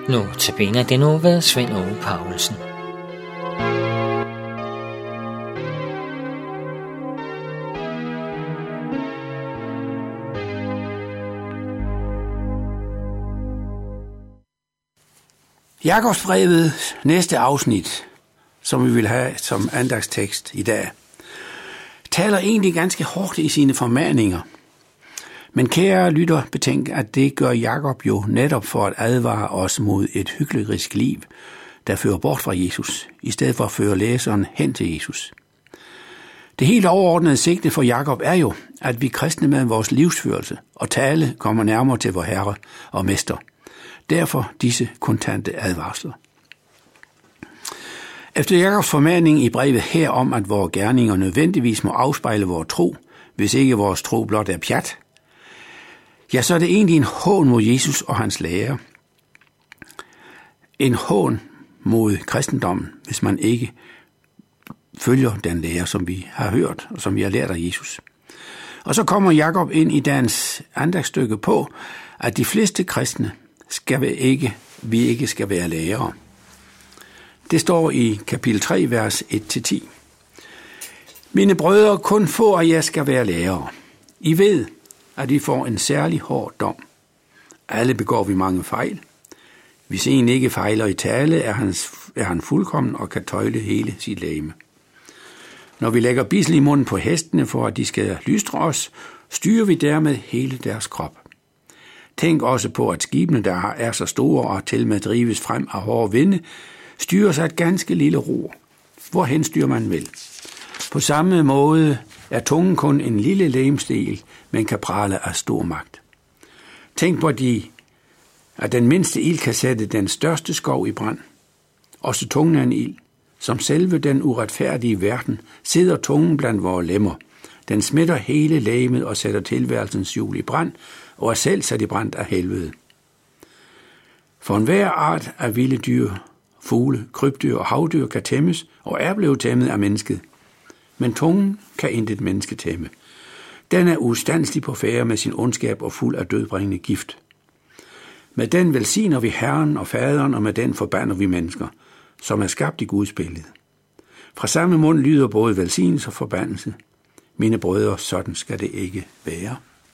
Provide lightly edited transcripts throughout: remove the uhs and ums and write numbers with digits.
Nu tabiner det nu ved Svend Åge Paulsen. Jakobsbrevet næste afsnit, som vi vil have som andagstekst i dag, taler egentlig ganske hårdt i sine formaninger. Men kære lytter, betænk, at det gør Jakob jo netop for at advare os mod et hyklerisk liv, der fører bort fra Jesus, i stedet for at føre læseren hen til Jesus. Det helt overordnede sigte for Jakob er jo, at vi kristne med vores livsførelse og tale kommer nærmere til vor Herre og Mester. Derfor disse kontante advarsler. Efter Jakobs formaning i brevet her om, at vores gerninger nødvendigvis må afspejle vores tro, hvis ikke vores tro blot er pjat, ja, så er det egentlig en hån mod Jesus og hans lære. En hån mod kristendommen, hvis man ikke følger den lære, som vi har hørt og som vi har lært af Jesus. Og så kommer Jakob ind i dagens andagsstykke på, at de fleste kristne vi ikke skal være lærere. Det står i kapitel 3, vers 1-10. Mine brødre, kun få af jer skal være lærere. I ved, at vi får en særlig hård dom. Alle begår vi mange fejl. Hvis en ikke fejler i tale, er han fuldkommen og kan tøjle hele sit legeme. Når vi lægger bidsel i munden på hestene, for at de skal lystre os, styrer vi dermed hele deres krop. Tænk også på, at skibene, der er så store og til med drives frem af hårde vinde, styrer sig et ganske lille ror. Hvorhen styrer man vel? På samme måde er tungen kun en lille legemsdel, men kan prale af stor magt. Tænk på, at den mindste ild kan sætte den største skov i brand. Også tungen er en ild. Som selve den uretfærdige verden sidder tungen blandt vores lemmer. Den smitter hele legemet og sætter tilværelsens hjul i brand, og er selv sat i brand af helvede. For enhver art af vilde dyr, fugle, krybdyr og havdyr kan tæmmes og er blevet tæmmet af mennesket. Men tungen kan intet menneske tæmme. Den er ustandselig på færde med sin ondskab og fuld af dødbringende gift. Med den velsigner vi Herren og Faderen, og med den forbander vi mennesker, som er skabt i Guds billede. Fra samme mund lyder både velsignelse og forbandelse. Mine brødre, sådan skal det ikke være.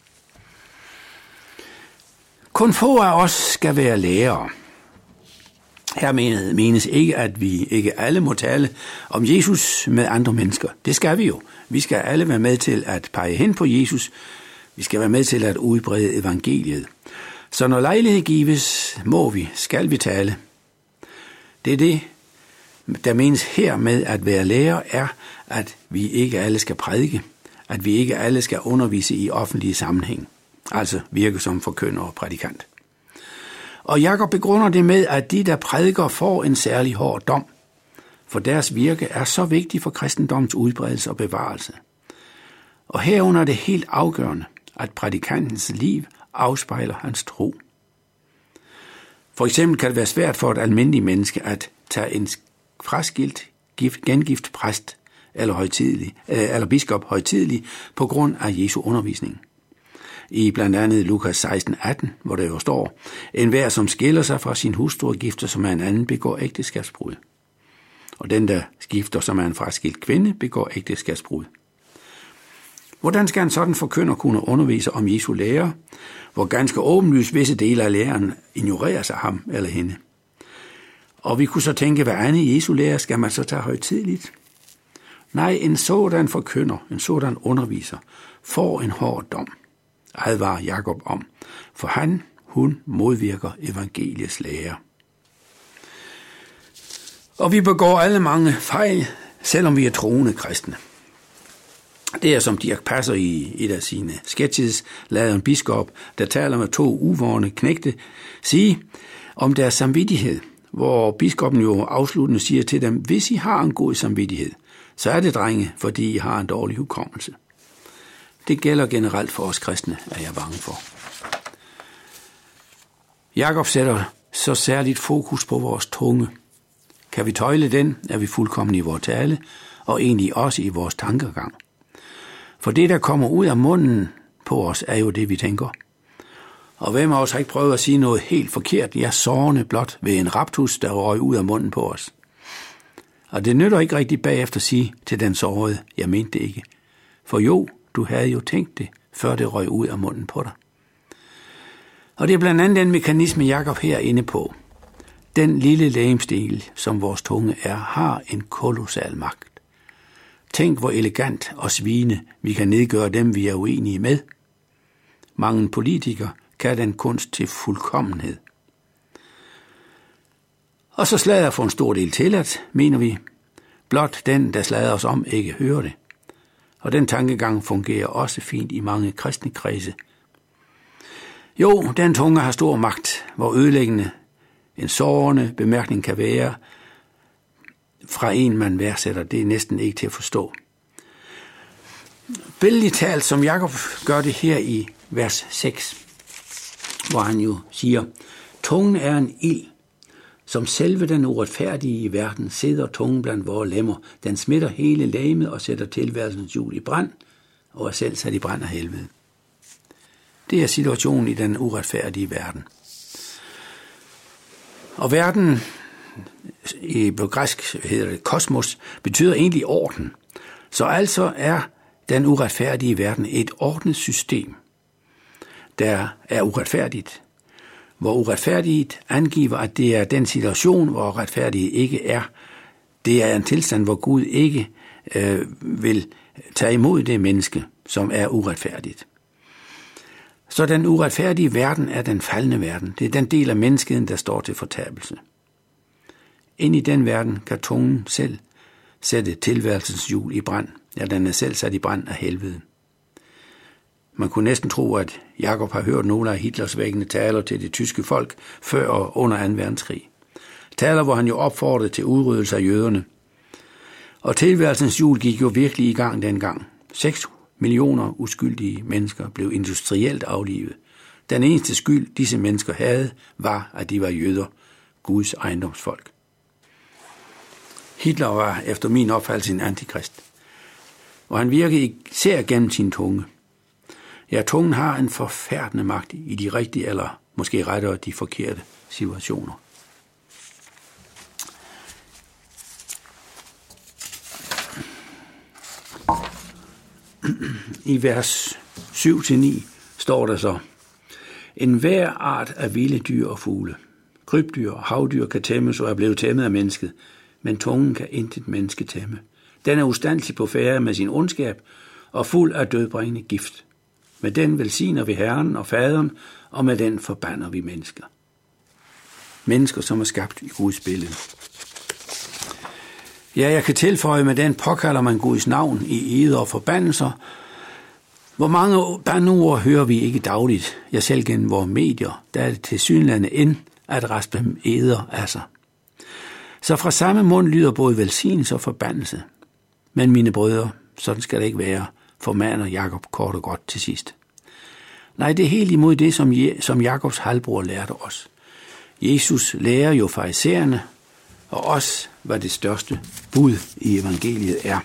Kun få af os skal være lærere. Her menes ikke, at vi ikke alle må tale om Jesus med andre mennesker. Det skal vi jo. Vi skal alle være med til at pege hen på Jesus. Vi skal være med til at udbrede evangeliet. Så når lejlighed gives, skal vi tale. Det er det, der menes her med at være lærer, er, at vi ikke alle skal prædike. At vi ikke alle skal undervise i offentlige sammenhæng. Altså virke som forkynder og prædikant. Og Jakob begrunder det med, at de, der prædiker, får en særlig hård dom. For deres virke er så vigtigt for kristendommens udbredelse og bevarelse. Og herunder er det helt afgørende, at prædikantens liv afspejler hans tro. For eksempel kan det være svært for et almindeligt menneske at tage en fraskilt gengift præst eller biskop højtidelig på grund af Jesu undervisning. I blandt andet Lukas 16:18, hvor der jo står, enhver som skiller sig fra sin hustru og gifter sig med en anden, begår ægteskabsbrud. Og den, der gifter sig med en fraskilt kvinde, begår ægteskabsbrud. Hvordan skal en sådan forkynder kunne undervise om Jesu lære, hvor ganske åbenlyst visse dele af læren ignoreres af ham eller hende? Og vi kunne så tænke, hvad andet Jesu lære skal man så tage højtideligt? Nej, en sådan forkynder, en sådan underviser, får en hård dom, advarer Jakob om, for hun modvirker evangeliets lære. Og vi begår alle mange fejl, selvom vi er troende kristne. Det er som Dirch Passer i et af sine sketches lader en biskop, der taler med 2 uvorne knægte, sige om deres samvittighed, hvor biskoppen jo afsluttende siger til dem, hvis I har en god samvittighed, så er det, drenge, fordi I har en dårlig hukommelse. Det gælder generelt for os kristne, er jeg bange for. Jakob sætter så særligt fokus på vores tunge. Kan vi tøjle den, er vi fuldkommen i vores tale, og egentlig også i vores tankegang. For det, der kommer ud af munden på os, er jo det, vi tænker. Og hvem af os har ikke prøvet at sige noget helt forkert, ja, sårende blot ved en raptus, der røg ud af munden på os. Og det nytter ikke rigtig bagefter at sige til den sårede, jeg mente det ikke. For jo, du havde jo tænkt det, før det røg ud af munden på dig. Og det er blandt andet den mekanisme, Jakob her er inde på. Den lille legemsdel, som vores tunge er, har en kolossal magt. Tænk, hvor elegant og svine vi kan nedgøre dem, vi er uenige med. Mange politikere kan den kunst til fuldkommenhed. Og så slader for en stor del tilladt, mener vi. Blot den, der slader os om, ikke hører det. Og den tankegang fungerer også fint i mange kristne kredse. Jo, den tunge har stor magt, hvor ødelæggende en sårende bemærkning kan være fra en, man værdsætter. Det er næsten ikke til at forstå. Billedligt talt, som Jakob gør det her i vers 6, hvor han jo siger, tungen er en ild, som selve den uretfærdige i verden sidder tungen blandt vores lemmer. Den smitter hele legemet og sætter tilværelsens hjul i brand, og er selv sat i brand af helvede. Det er situationen i den uretfærdige verden. Og verden, på græsk hedder det kosmos, betyder egentlig orden. Så altså er den uretfærdige verden et ordnet system, der er uretfærdigt. Hvor uretfærdigt angiver, at det er den situation, hvor retfærdighed ikke er. Det er en tilstand, hvor Gud ikke vil tage imod det menneske, som er uretfærdigt. Så den uretfærdige verden er den faldne verden. Det er den del af menneskeheden, der står til fortabelse. Ind i den verden kan tungen selv sætte tilværelsens hjul i brand. Ja, den er selv sat i brand af helvede. Man kunne næsten tro, at Jakob har hørt nogle af Hitlers vækkende taler til det tyske folk før og under 2. verdenskrig. Taler, hvor han jo opfordrede til udryddelse af jøderne. Og tilværelsens hjul gik jo virkelig i gang dengang. 6 millioner uskyldige mennesker blev industrielt aflivet. Den eneste skyld, disse mennesker havde, var, at de var jøder, Guds ejendomsfolk. Hitler var efter min opfattelse en antikrist, og han virkede især gennem sin tunge. Ja, tungen har en forfærdende magt i de rigtige, eller måske rettere de forkerte situationer. I vers 7-9 står der så, en hver art af vilde dyr og fugle, krybdyr og havdyr kan tæmmes og er blevet tæmmet af mennesket, men tungen kan intet menneske tæmme. Den er ustandselig på færde med sin ondskab og fuld af dødbringende gift. Med den velsigner vi Herren og Faderen, og med den forbander vi mennesker. Mennesker, som er skabt i Guds billede. Ja, jeg kan tilføje, med den påkalder man Guds navn i eder og forbandelser. Hvor mange bandord hører vi ikke dagligt? Jeg selv gennem vores medier, der er det tilsyneladende end at raspe eder af sig. Så fra samme mund lyder både velsignelse og forbandelse. Men mine brødre, sådan skal det ikke være, formaner Jakob kort og godt til sidst. Nej, det er helt imod det, som Jakobs halvbror lærte os. Jesus lærer jo farisæerne, og os, hvad det største bud i evangeliet er.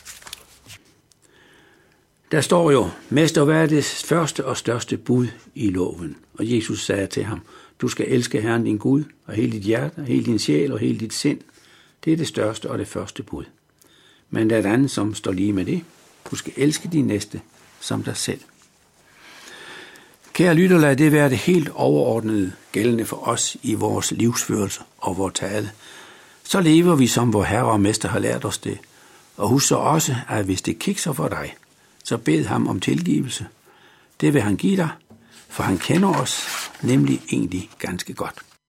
Der står jo, mester, hvad er det første og største bud i loven? Og Jesus sagde til ham, du skal elske Herren din Gud, og hele dit hjerte, og hele din sjæl, og hele dit sind. Det er det største og det første bud. Men der er et andet, som står lige med det. Du skal elske din næste som dig selv. Kære lytter, lad det være det helt overordnede gældende for os i vores livsførelse og vores tale. Så lever vi, som vor Herre og Mester har lært os det. Og husk så også, at hvis det kikser for dig, så bed ham om tilgivelse. Det vil han give dig, for han kender os nemlig egentlig ganske godt.